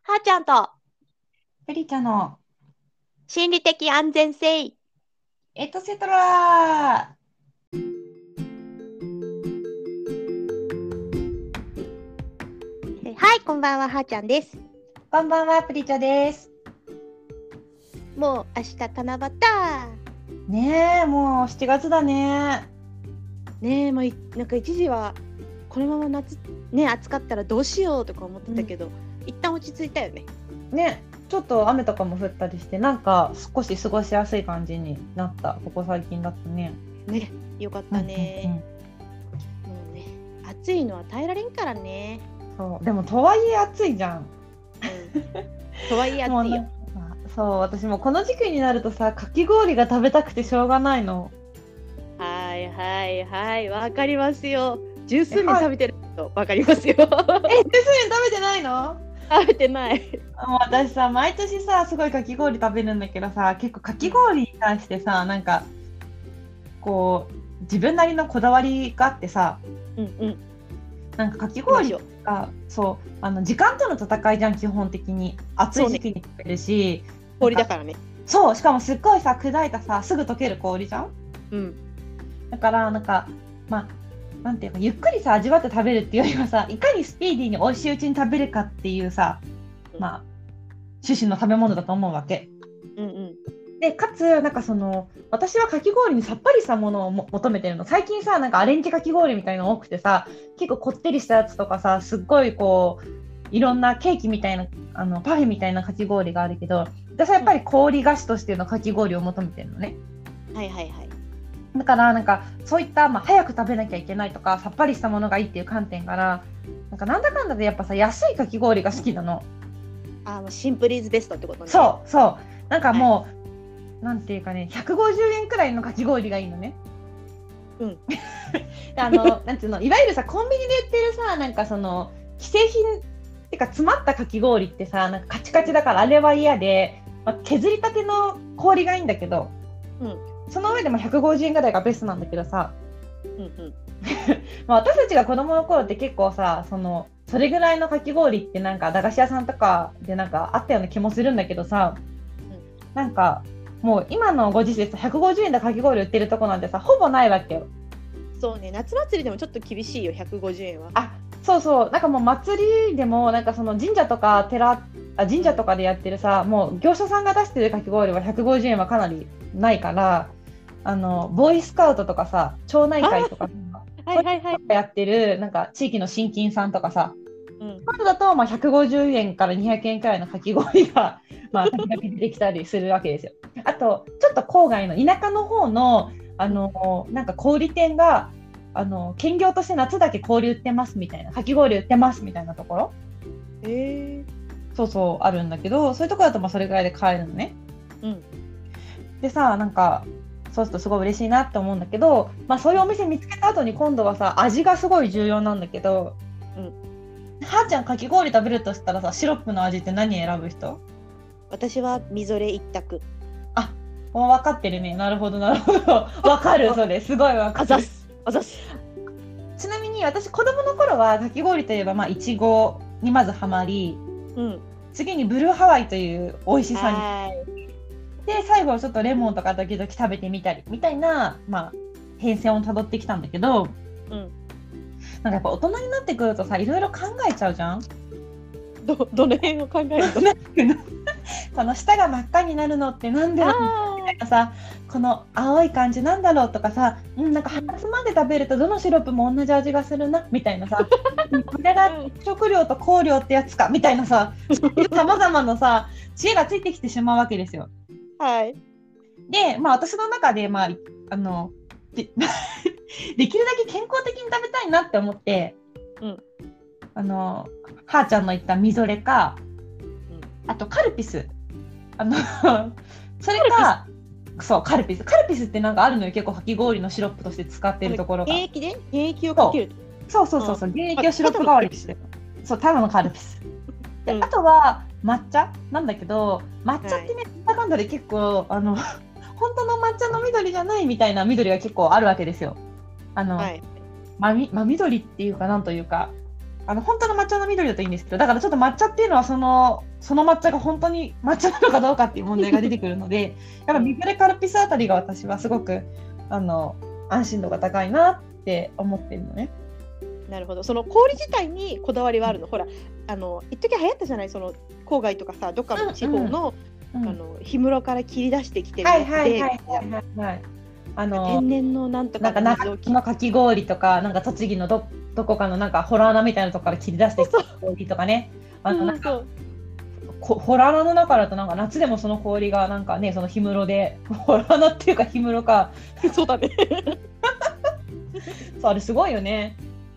はーちゃんとプリチャの心理的安全性。 エトセトラ。 はい、こんばんは、はーちゃんです。 こんばんは、プリチャです。 もう明日七夕。 ねえ、もう7月だね。 ねえ、なんか一時はこのまま夏ね暑かったらどうしようとか思ってたけど、一旦落ち着いたよね。 ね、ちょっと雨とかも降ったりして、なんか少し過ごしやすい感じになった、ここ最近だとね。 ね、よかったね。もうね、暑いのは耐えられんからね。 そう、でもとはいえ暑いじゃん。 うん。とはいえもう暑いよ。 そう、私もこの時期になるとさ、かき氷が食べたくてしょうがないの。 はいはいはい、わかりますよ。十数年はい。 食べてるとわかりますよ。 え、すでに食べてないの？ 食べてない。 もう私さ、毎年さ、すごいかき氷食べるんだけどさ、結構かき氷に対してさ、なんかこう自分なりのこだわりがあってさ、 うんうん。 なんかかき氷行きましょう。 がそう時間との戦いじゃん。基本的に暑いそうね。 時期に食べるし、なんか氷だからね。 そう、しかもすっごいさ、砕いたさ、すぐ溶ける氷じゃん。 うん。 だからなんか、まあなんていうか、ゆっくりさ味わって食べるっていうよりはさ、いかにスピーディーに美味しいうちに食べるかっていうさ、まあ趣旨の食べ物だと思うわけうんうん。 で、かつ、なんか私はかき氷にさっぱりしたものを求めてるの。最近さ、なんかアレンジかき氷みたいなの多くてさ、結構こってりしたやつとかさ、すっごいこう、いろんなケーキみたいな、パフェみたいなかき氷があるけど、私はやっぱり氷菓子としてのかき氷を求めてるのね。 はいはいはい。 だから、なんか、そういった、早く食べなきゃいけないとか、さっぱりしたものがいいっていう観点から、なんだかんだでやっぱさ、安いかき氷が好きなの。 もうシンプルイズベストってことね。 そう、そう。なんかはい。 もう、なんていうかね、150円くらいのかき氷がいいのね。 うん。 なんていうの、いわゆるさ、コンビニで売ってるさ、なんか既製品ってか、詰まったかき氷ってさ、なんかカチカチだからあれは嫌で、削りたての氷がいいんだけど、 うん。 その上でも150円ぐらいがベストなんだけどさ、 うんうん。 私たちが子供の頃って結構さ、それぐらいのかき氷ってなんか駄菓子屋さんとかでなんかあったような気もするんだけどさ、なんかもう今のご時世さ、150円でかき氷売ってるとこなんてさ、ほぼないわけよ。 そうね、夏祭りでもちょっと厳しいよ、150円は。 あ、そうそう、なんかもう祭りでも、なんかその神社とか神社とかでやってるさ、もう業者さんが出してるかき氷は150円はかなりないから、ボーイスカウトとかさ、町内会とかさ、そういうはいはいはい。 のがやってる、なんか地域の親近さんとかさ、 うん。 今度だと、150円から200円くえんくらいのかき氷が、時々出てきたりするわけですよ。あと、ちょっと郊外の田舎の方の、なんか小売店が、兼業として夏だけ氷売ってますみたいな、かき氷売ってますみたいなところ、 えそうそうあるんだけど、そういうところだとそれぐらいで買えるのね。 うん。 でさ、なんか、そうするとすごい嬉しいなって思うんだけど、そういうお店見つけた後に今度はさ、味がすごい重要なんだけど、 うん。 はーちゃんかき氷食べるとしたらさ、シロップの味って何選ぶ人？ 私はみぞれ一択。 あ、もう分かってるね。なるほど、なるほど。分かる、 あ、 それ。すごい分かる。 あざっす。あざっす。 ちなみに私、子供の頃はかき氷といえば、いちごにまずハマり、 うん。 次にブルーハワイという美味しさに。 はーい。 で、最後ちょっとレモンとか時々食べてみたり、みたいな、変遷をたどってきたんだけど、 うん。 なんかやっぱ大人になってくるとさ、いろいろ考えちゃうじゃん。 どの辺を考えると。 なんていうのこの舌が真っ赤になるのってなんであなんだろうみたいなさ、この青い感じなんだろうとかさ、なんか鼻つまんで食べるとどのシロップも同じ味がするなみたいなさ、これがうん。 食料と香料ってやつかみたいなさ、さまざまなさ知恵がついてきてしまうわけですよ。 はい。 で、私の中で、あのでできるだけ健康的に食べたいなって思って、 うん。 あのはーちゃんの言ったみぞれか、 うん。 あとカルピス、あのそれカルピス。 か、そう、カルピス。カルピスってなんかあるのよ。結構かき氷のシロップとして使ってるところが。 原液をかけそると。 そう。原液をシロップ代わりにしてる。そう、ただのカルピス。で、あうん。 とは抹茶なんだけど、抹茶はい。 ってね、なんだかんだで結構、本当の抹茶の緑じゃないみたいな緑が結構あるわけですよ。あの、 はい。 真緑っていうか、なんというか、 本当の抹茶の緑だといいんですけど、だからちょっと抹茶っていうのはその抹茶が本当に抹茶なのかどうかっていう問題が出てくるので、やっぱビブレカルピスあたりが私はすごく安心度が高いなって思ってるのね。 なるほど。その氷自体にこだわりはあるの？ほら、一時流行ったじゃない、その郊外とかさ、どっかの地方の、氷室から切り出してきてるやつで、天然のなんとかの水をのかき氷とか、なんか栃木のどこかのなんかホラー穴みたいなとこから切り出してきた氷とかね、なんかホラー穴の中だとなんか夏でもその氷がなんかね、その氷室で、ホラー穴っていうか氷室かそうだねそう、あれすごいよね。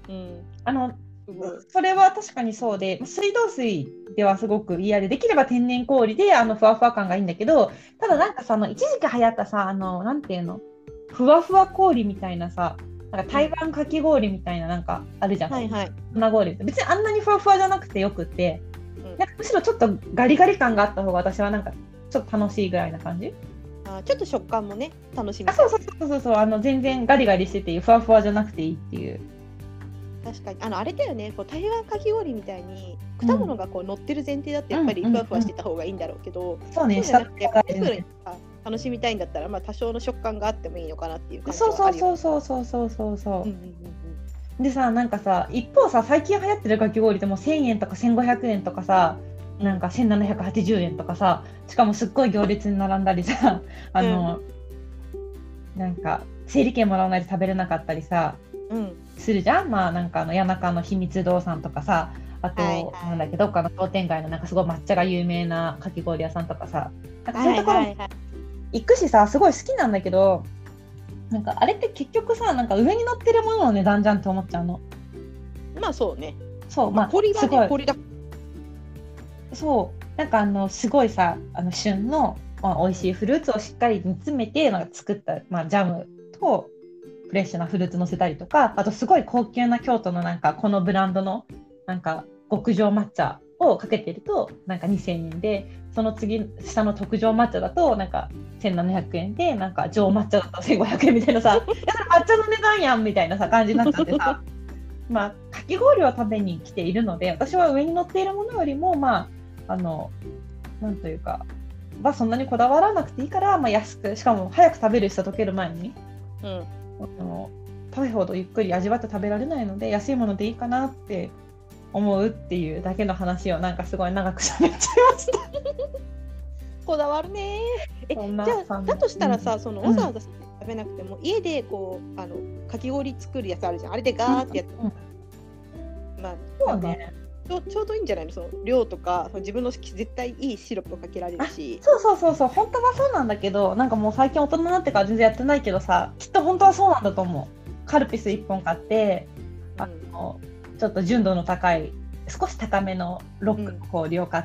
それは確かにそうで、水道水ではすごく嫌で、できれば天然氷でふわふわ感がいいんだけど、ただなんかさ、一時期流行ったさ、なんていうの、ふわふわ氷みたいなさ、なんか台湾かき氷みたいななんかあるじゃん。 はいはい。 粉氷別にあんなにふわふわじゃなくてよくて、なんかむしろちょっとガリガリ感があった方が私はなんかちょっと楽しいぐらいな感じ。 ちょっと食感もね、楽しみ。 そう全然ガリガリしててふわふわじゃなくていいっていう。 確かにあれだよね、こう台湾かき氷みたいに果物がこう乗ってる前提だってやっぱりふわふわしてた方がいいんだろうけど、 そうね、 そうじゃなくてやっぱりシンプルに楽しみたいんだったら、多少の食感があってもいいのかなっていう感じはあるよね。 そうでさ、なんかさ、一方さ、最近流行ってるかき氷ってもう1000円とか1500円とかさ、なんか1780円とかさ、しかもすっごい行列に並んだりさ、なんか整理券もらわないと食べれなかったりさ、するじゃん。なんか谷中の秘密堂さんとかさ、あと、なんだっけ、どっかの商店街のなんかすごい抹茶が有名なかき氷屋さんとかさ、なんかそういうところ行くしさ、すごい好きなんだけど、なんかあれって結局さ、なんか上に乗ってるものの値段じゃんって思っちゃうの。 そうね。 そう、 氷はね、氷だ。 そう、なんかすごいさ、旬の、美味しいフルーツをしっかり煮詰めてなんか作った、ジャムとフレッシュなフルーツ乗せたりとか、あとすごい高級な京都のなんかこのブランドのなんか極上抹茶をかけてるとなんか2000円で、その次下の特上抹茶だとなんか1700円で、なんか上抹茶だと1500円みたいなさ、抹茶の値段やんみたいなさ感じになっちゃってさかき氷を食べに来ているので、私は上に乗っているものよりもなんというかそんなにこだわらなくていいから、安く、しかも早く食べる人溶ける前に、食べほどゆっくり味わって食べられないので、安いものでいいかなって思うっていうだけの話をなんかすごい長く喋っちゃいましたこだわるね。じゃあだとしたらさ、そのわざわざ食べなくても、家でこうかき氷作るやつあるじゃん。あれでガーってやって、 そうね、 ちょうどいいんじゃないの、その量とか、その自分の絶対いいシロップをかけられるし。 そう本当はそうなんだけど、なんかもう最近大人になってから全然やってないけどさ、きっと本当はそうなんだと思う。カルピス1本買って、ちょっと純度の高い少し高めのロックの氷を買って、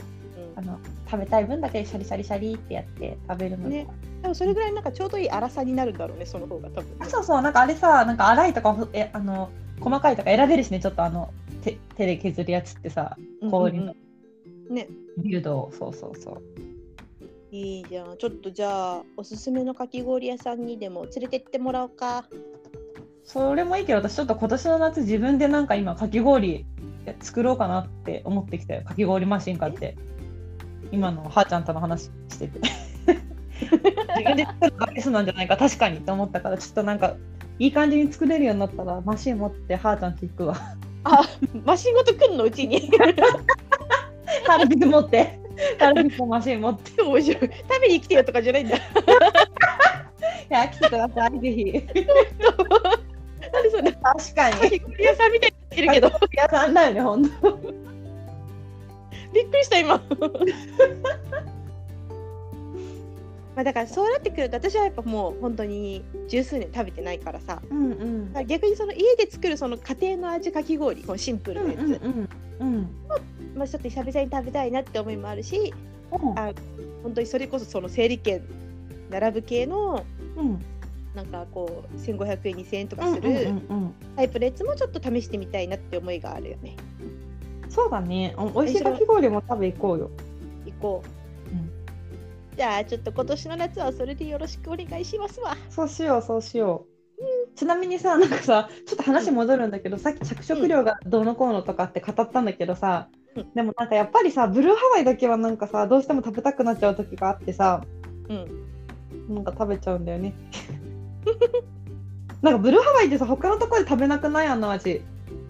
食べたい分だけシャリシャリシャリってやって食べるのね。 でもそれぐらいなんかちょうどいい粗さになるんだろうね、その方が多分。 そうなんかあれさ、なんか粗いとか細かいとか選べるしね、ちょっと手で削るやつってさ、氷のビルド、そういいじゃん。ちょっとじゃあおすすめのかき氷屋さんにでも連れてってもらおうか。 それもいいけど、私ちょっと今年の夏自分でなんか今かき氷作ろうかなって思ってきたよ。かき氷マシン買って、今のはーちゃんとの話してて自分で作るのがベストなんじゃないか、確かにと思ったから、ちょっとなんかいい感じに作れるようになったらマシン持ってはーちゃんち行くわ。 マシンごと来んの、うちにカルピス持ってカルピスのマシン持って面白い。食べに来てよとかじゃないんだいや、来てください、ぜひ何それ、 確かにかき氷屋さんみたいに言ってるけど、 かき氷屋さんだよね、ほんとびっくりした今だからそうなってくると、私はやっぱもう本当に十数年食べてないからさ、逆にその家で作るその家庭の味かき氷、このシンプルなやつ、ちょっと久々に食べたいなって思いもあるし、本当にそれこそその整理券並ぶ系の、なんかこう1500円2000円とかするタイプのやつもちょっと試してみたいなって思いがあるよね。 そうだね、美味しいかき氷も食べ行こうよ。 行こう。じゃあちょっと今年の夏はそれでよろしくお願いしますわ。 そうしよう。 ちなみにさ、なんかさ、ちょっと話戻るんだけど、さっき着色料がどうのこうのとかって語ったんだけどさ、でもなんかやっぱりさ、ブルーハワイだけはなんかさ、どうしても食べたくなっちゃう時があってさ、なんか食べちゃうんだよね。なんかブルーハワイってさ、他のところで食べなくない？あの味。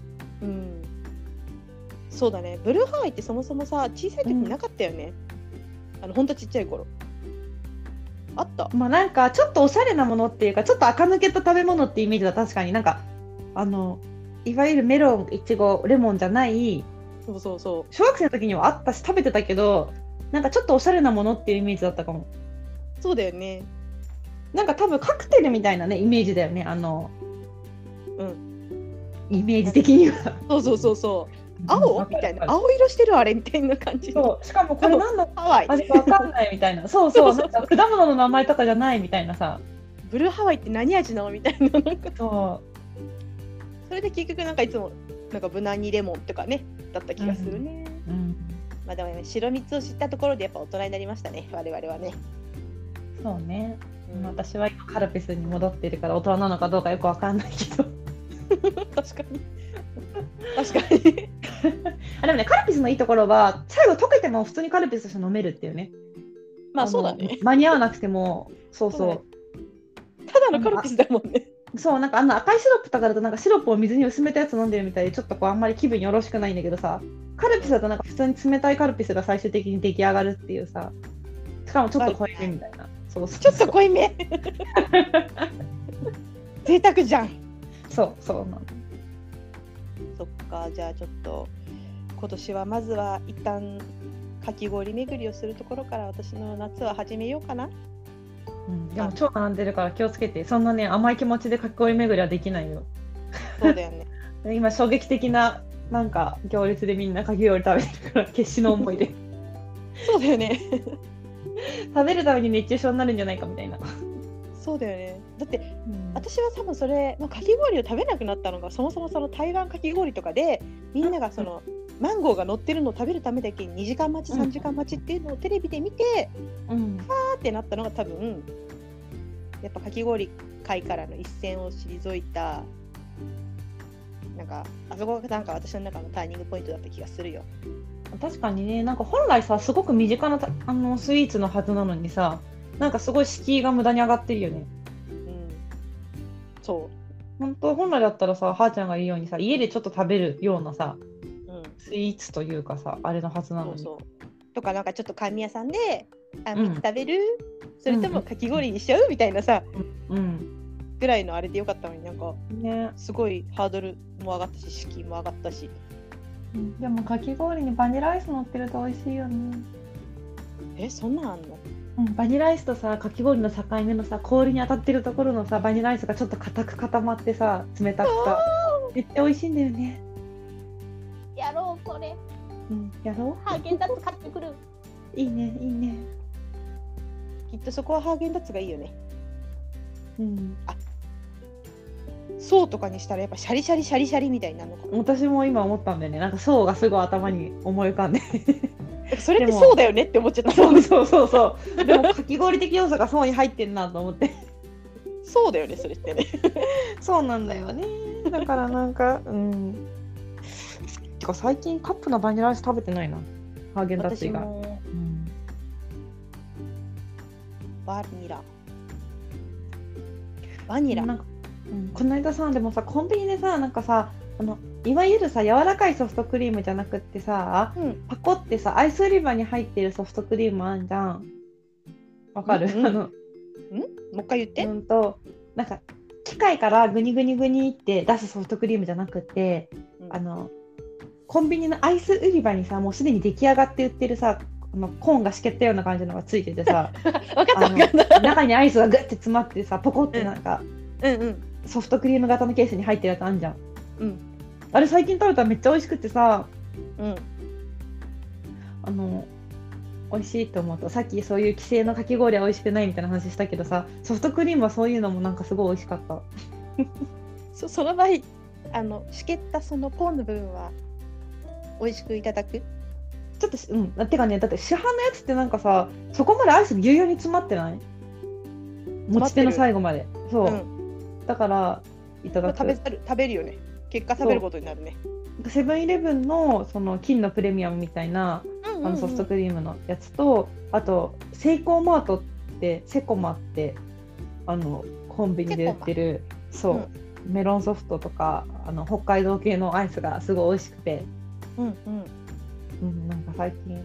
そうだね。ブルーハワイってそもそもさ、小さい時になかったよね。ほんとちっちゃい頃。あった。 まあなんかちょっとおしゃれなものっていうか、ちょっと垢抜けた食べ物ってイメージだ。確かになんかいわゆるメロン、イチゴ、レモンじゃない、 そう小学生の時にはあったし食べてたけど、なんかちょっとおしゃれなものっていうイメージだったかも。 そうだよね。 なんか多分カクテルみたいなねイメージだよね、イメージ的には。 そう青みたいな、青色してるあれみたいな感じ。 そう、しかもこれ何の味かわかんないみたいな。そうなんか果物の名前とかじゃないみたいなさ。 ブルーハワイって何味なのみたいな。なんかそれで結局なんかいつもなんか無難にレモンとかねだった気がするね。まあでもね、白蜜を知ったところでやっぱ大人になりましたね、我々はね。そうね。 私は今カルピスに戻ってるから大人なのかどうかよくわかんないけど。 確かに。 でもね、カルピスのいいところは最後溶けても普通にカルピスとして飲めるっていうね。 まあそうだね。 間に合わなくても、そうただのカルピスだもんね。 そうなんか赤いシロップとかだとなんかシロップを水に薄めたやつ飲んでるみたいでちょっとこうあんまり気分よろしくないんだけどさ、カルピスだとなんか普通に冷たいカルピスが最終的に出来上がるっていうさ、しかもちょっと濃いめみたいな。 ちょっと濃いめ。贅沢じゃん。そうなの。そっか、じゃあちょっと今年はまずは一旦かき氷巡りをするところから私の夏は始めようかな。 でも超並んでるから気をつけて。そんなね甘い気持ちでかき氷巡りはできないよ。 そうだよね。 今衝撃的ななんか行列でみんなかき氷食べてるから決死の思いで。 そうだよね。 食べるために熱中症になるんじゃないかみたいな。 そうだよね。だって、私は多分それ、かき氷を食べなくなったのがそもそもその台湾かき氷とかでみんながその、マンゴーが乗ってるのを食べるためだけに2時間待ち3時間待ちっていうのをテレビで見て、はーってなったのが多分やっぱかき氷界からの一線を退いた、なんかあそこがなんか私の中のターニングポイントだった気がするよ。 確かにね、なんか本来さすごく身近なスイーツのはずなのにさ、なんかすごい敷居が無駄に上がってるよね。そう本来だったらさ、はーちゃんが言うようにさ、家でちょっと食べるようなさ、スイーツというかさ、あれのはずなのに。 とかなんかちょっと甘味屋さんで蜜食べる、それともかき氷にしちゃうみたいなさ、ぐらいのあれでよかったのに、なんか、すごいハードルも上がったし敷居も上がったし。 でもかき氷にバニラアイス乗ってると美味しいよね。 そんなんあんの？ バニラアイスとさ、かき氷の境目のさ、氷に当たってるところのさ、バニラアイスがちょっと硬く固まってさ、冷たくさ、めっちゃ美味しいんだよね。 やろう、それ。 やろう。ハーゲンダッツ買ってくる。 いいね。 きっとそこはハーゲンダッツがいいよね。そうとかにしたらやっぱシャリシャリみたいになるのかな。 私も今思ったんだよね。なんかそうがすごい頭に思い浮かんで。 それってそうだよねって思っちゃった。 そう。でもかき氷的要素がそうに入ってんなと思って。 そうだよね、それってね。 そうなんだよね。だからなんか、てか最近カップのバニラアイス食べてないな。ハーゲンダッツ以外。 バニラ。 この間さ、でもさ、コンビニでさ、なんかさ、いわゆるさ、柔らかいソフトクリームじゃなくってさ、パコってさ、アイス売り場に入ってるソフトクリームあんじゃん。わかる？もう一回言って。 なんか機械からグニグニって出すソフトクリームじゃなくて、コンビニのアイス売り場にさ、もうすでに出来上がって売ってるさ、コーンがしけったような感じのがついててさ、 分かった中にアイスがグッて詰まってさ、ポコってなんか、ソフトクリーム型のケースに入ってるやつあんじゃん。あれ最近食べたらめっちゃ美味しくてさ、美味しいと思うと、さっきそういう規制のかき氷は美味しくないみたいな話したけどさ、ソフトクリームはそういうのもなんかすごい美味しかった。 その場合しけったそのコーンの部分は美味しくいただく？ ちょっとてかね、だって市販のやつってなんかさ、そこまでアイスぎゅうぎゅうに詰まってない？持ち手の最後まで。そう、 だからいただく。 食べるよね。結果食べることになるね。 セブンイレブンのその金のプレミアムみたいな、ソフトクリームのやつと、あとセイコーマートってセコマってコンビニで売ってるそう、メロンソフトとか北海道系のアイスがすごい美味しくて、なんか最近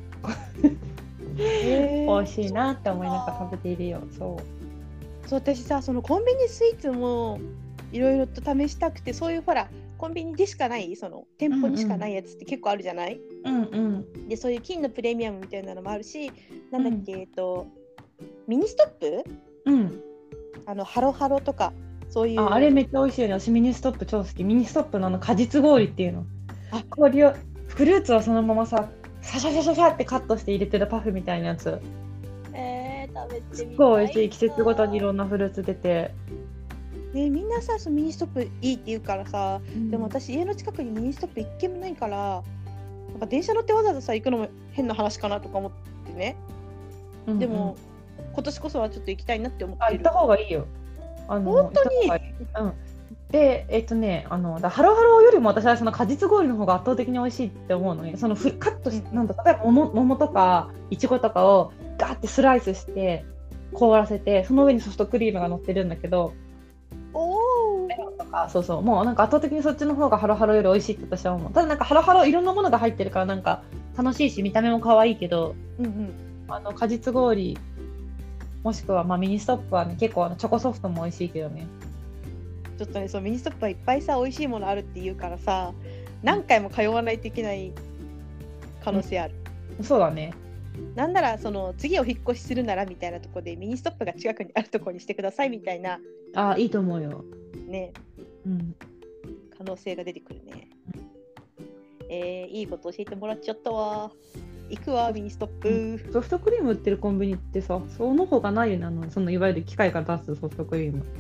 美味しいなって思いながら食べているよ。 そう私さ、そのコンビニスイーツもいろいろと試したくて、そういうほらコンビニでしかないその店舗にしかないやつって結構あるじゃない？でそういう金のプレミアムみたいなのもあるし、なんだっけ、ミニストップ？ハロハロとかそういう。 あれめっちゃ美味しいよね。私ミニストップ超好き。ミニストップの果実氷っていうの。氷をフルーツをそのままさ、シャシャシャシャシャってカットして入れてるパフみたいなやつ。 食べてみたい。 すっごい美味しい。季節ごとにいろんなフルーツ出て。 みんなさ、そのミニストップいいって言うからさ、でも私家の近くにミニストップ一軒もないから、なんか電車乗ってわざわざさ行くのも変な話かなとか思ってね。でも今年こそはちょっと行きたいなって思ってる。 行った方がいいよ。 本当に。 でハロハロよりも私はその果実氷の方が圧倒的に美味しいって思うのね。そのカットし、なんだ例えば桃とかいちごとかをガーってスライスして凍らせて、その上にソフトクリームが乗ってるんだけど、メロンとかそうもうなんか圧倒的にそっちの方がハロハロより美味しいって私は思う。ただなんかハロハロいろんなものが入ってるからなんか楽しいし見た目も可愛いけど、果実氷もしくはミニストップはね、結構チョコソフトも美味しいけどね。 ちょっとね、そうミニストップはいっぱいさ美味しいものあるって言うからさ、何回も通わないといけない可能性ある。 そうだね。 なんならその次お引っ越しするならみたいなところでミニストップが近くにあるところにしてくださいみたいな。 いいと思うよ。 ね、可能性が出てくるね。いいこと教えてもらっちゃったわ。行くわミニストップ。 ソフトクリーム売ってるコンビニってさ、その方がないよね。そのいわゆる機械から出すソフトクリーム。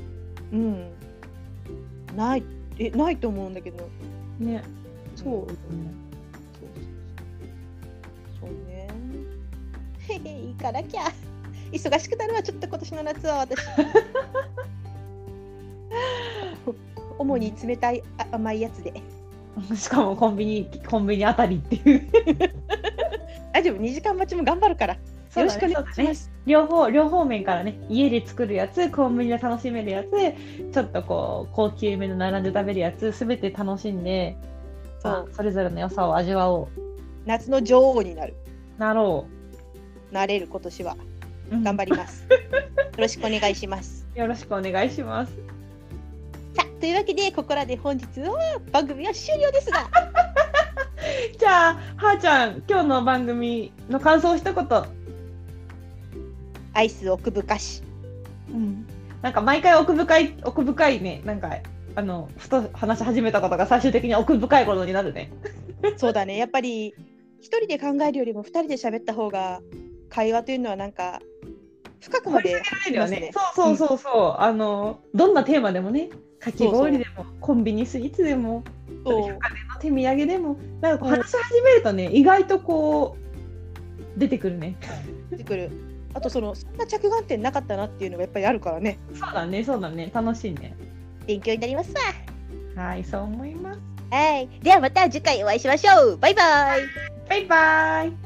ないと思うんだけどね。 そうね。いいからきゃ忙しくなるわ、ちょっと今年の夏は私。主に冷たい甘いやつで。 しかもコンビニあたりっていう。 大丈夫、2時間待ちも頑張るから。よろしくお願いします。 両方面からね、家で作るやつ、コンビニで楽しめるやつ、ちょっとこう高級めの並んで食べるやつ、すべて楽しんで、それぞれの良さを味わおう。 夏の女王になれる今年は頑張ります。よろしくお願いします。 よろしくお願いします。 さあ、というわけでここらで本日は番組は終了ですが。 じゃあ、はーちゃん、今日の番組の感想を一言。 アイス奥深し。 なんか毎回奥深いね。なんかふと話し始めたことが最終的に奥深いことになるね。 そうだね。やっぱり一人で考えるよりも二人で喋った方が会話というのはなんか深くまで入るよね。そう。どんなテーマでもね、かき氷でもコンビニスイーツでも百貨店の手土産でもなんか話し始めるとね、意外とこう出てくるね。 出てくる。あとそんな着眼点なかったなっていうのがやっぱりあるからね。 そうだね。楽しいね。 勉強になりますわ。 はい、そう思います。 はい。ではまた次回お会いしましょう。バイバイ。 バイバイ。